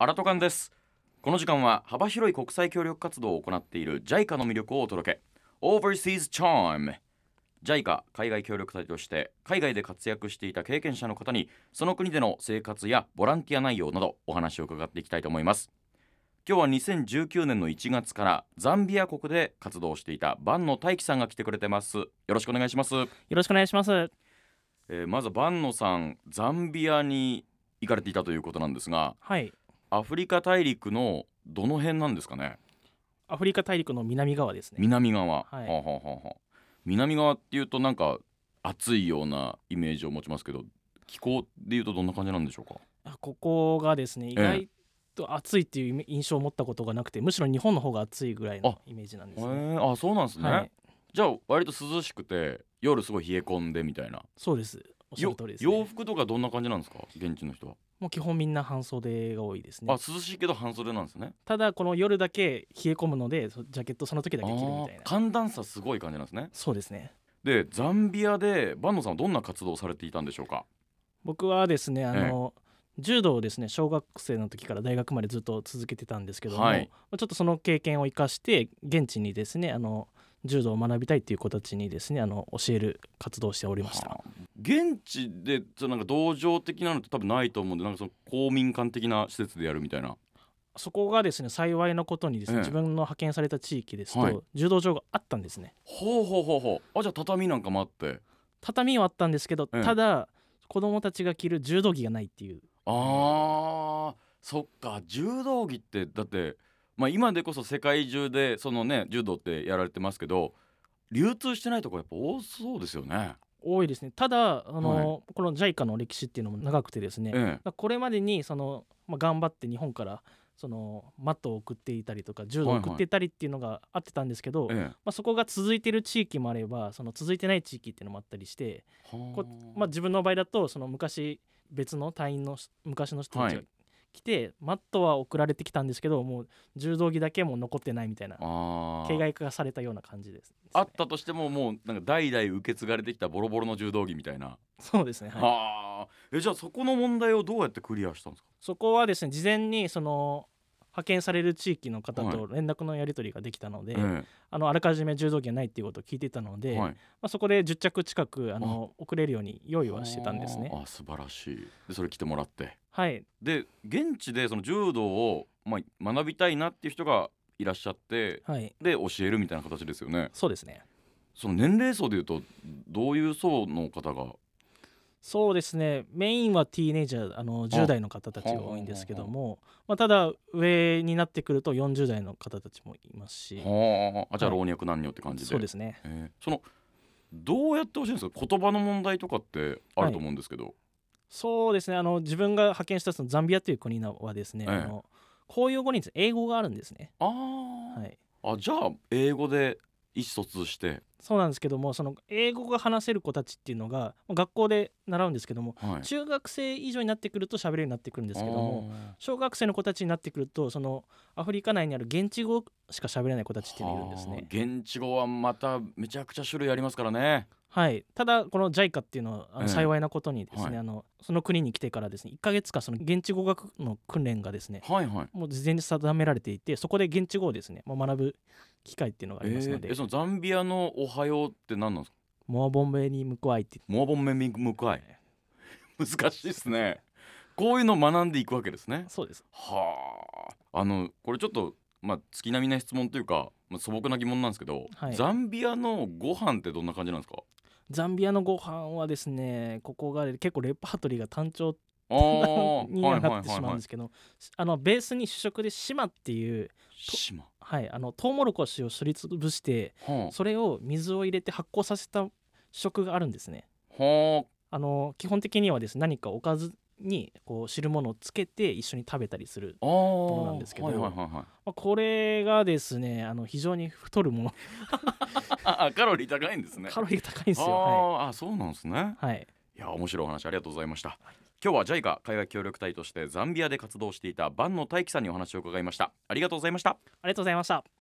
アラトカンです。この時間は幅広い国際協力活動を行っている JICA の魅力をお届け。 Overseas Charm。 JICA 海外協力隊として海外で活躍していた経験者の方にその国での生活やボランティア内容などお話を伺っていきたいと思います。今日は2019年の1月からザンビア国で活動していた坂野大樹さんが来てくれてます。よろしくお願いします。 よろしくお願いします。 まず坂野さん、ザンビアに行かれていたということなんですが、 はい、 アフリカ大陸のどの辺なんですかね。 アフリカ大陸の南側ですね。 南側、 はい、 はあはあはあ、南側っていうとなんか暑いようなイメージを持ちますけど、気候でいうとどんな感じなんでしょうか。 ここがですね、意外と暑いっていう印象を持ったことがなくて、むしろ日本の方が暑いぐらいのイメージなんですね。 あ、そうなんですね、 はい、 じゃあ割と涼しくて夜すごい冷え込んでみたいな。 そうです。おっしゃる通りですね。 洋服とかどんな感じなんですか、現地の人は。 もう基本みんな半袖が多いですね。 涼しいけど半袖なんですね。 ただこの夜だけ冷え込むので、ジャケットその時だけ着るみたいな。 寒暖差すごい感じなんですね。 そうですね。 でザンビアで坂野さんはどんな活動をされていたんでしょうか。 僕はですね、柔道をですね、小学生の時から大学までずっと続けてたんですけども、 はい、 ちょっとその経験を生かして現地にですね、柔道を学びたいっていう子たちにですね、教える活動をしておりました。 現地でなんか道場的なのって多分ないと思うんで、なんかその公民館的な施設でやるみたいな。 そこがですね、幸いなことにですね、自分の派遣された地域ですと、 はい、 柔道場があったんですね。 ほう。じゃあ畳なんかもあって。 畳はあったんですけど、ただ子供たちが着る柔道着がないっていう。 そっか、柔道着ってだって、今でこそ世界中でそのね柔道ってやられてますけど、流通してないところやっぱ多そうですよね。 多いですね。ただこの JICA の歴史っていうのも長くてですね、これまでに頑張って日本からマットを送っていたりとか柔道を送っていたりっていうのがあってたんですけど、そこが続いてる地域もあれば続いてない地域っていうのもあったりして、自分の場合だと昔別の隊員の昔の人たちが来て、マットは送られてきたんですけど、もう柔道着だけも残ってないみたいな、形骸化されたような感じです、ね。 あったとしてももうなんか代々受け継がれてきたボロボロの柔道着みたいな。 そうですね。はい。 じゃあそこの問題をどうやってクリアしたんですか。 そこはですね、事前に派遣される地域の方と連絡のやり取りができたので、あらかじめ柔道着がないっていうことを聞いてたので、そこで10着近く送れるように用意はしてたんですね。 素晴らしい。でそれ来てもらって、 はい、 で現地でその柔道を、学びたいなっていう人がいらっしゃって、 はい、 で教えるみたいな形ですよね。 そうですね。 その年齢層でいうとどういう層の方が。 そうですね、メインはティーネイジャー10代の方たちが多いんですけども、ただ上になってくると40代の方たちもいますし。 じゃあ老若男女って感じで、 そうですね。 どうやってほしいんですか。言葉の問題とかってあると思うんですけど。 そうですね、自分が派遣したザンビアという国はですね、公用語に英語があるんですね。 じゃあ英語で意思疎通して。 そうなんですけども、英語が話せる子たちっていうのが学校で習うんですけども、中学生以上になってくると喋れるようになってくるんですけども、小学生の子たちになってくるとアフリカ内にある現地語しか喋れない子たちっていうのがいるんですね。 現地語はまためちゃくちゃ種類ありますからね。 はい、ただこの JICA っていうのは幸いなことにですね、その国に来てからですね、1ヶ月間現地語学の訓練がですね、もう事前に定められていて、そこで現地語をですね、学ぶ機会っていうのがありますので。 そのザンビアのおはようって何なんですか。 モアボンベに向かいって。 モアボンベに向かい難しいですね。こういうのを学んでいくわけですね。 そうです。 これちょっと月並みな質問というか、素朴な疑問なんですけど、ザンビアのご飯ってどんな感じなんですか。 ザンビアのご飯はですね、ここが結構レパートリーが単調にはなってしまうんですけど、ベースに主食でシマっていうトウモロコシをすりつぶして、それを水を入れて発酵させた食があるんですね。基本的にはですね、何かおかずに汁物をつけて一緒に食べたりするものなんですけど、これがですね、非常に太るものカロリー高いんですね。 カロリー高いんですよ。 そうなんですね。いや面白いお話ありがとうございました。今日は JICA 海外協力隊としてザンビアで活動していた坂野大樹さんにお話を伺いました。ありがとうございました。 ありがとうございました。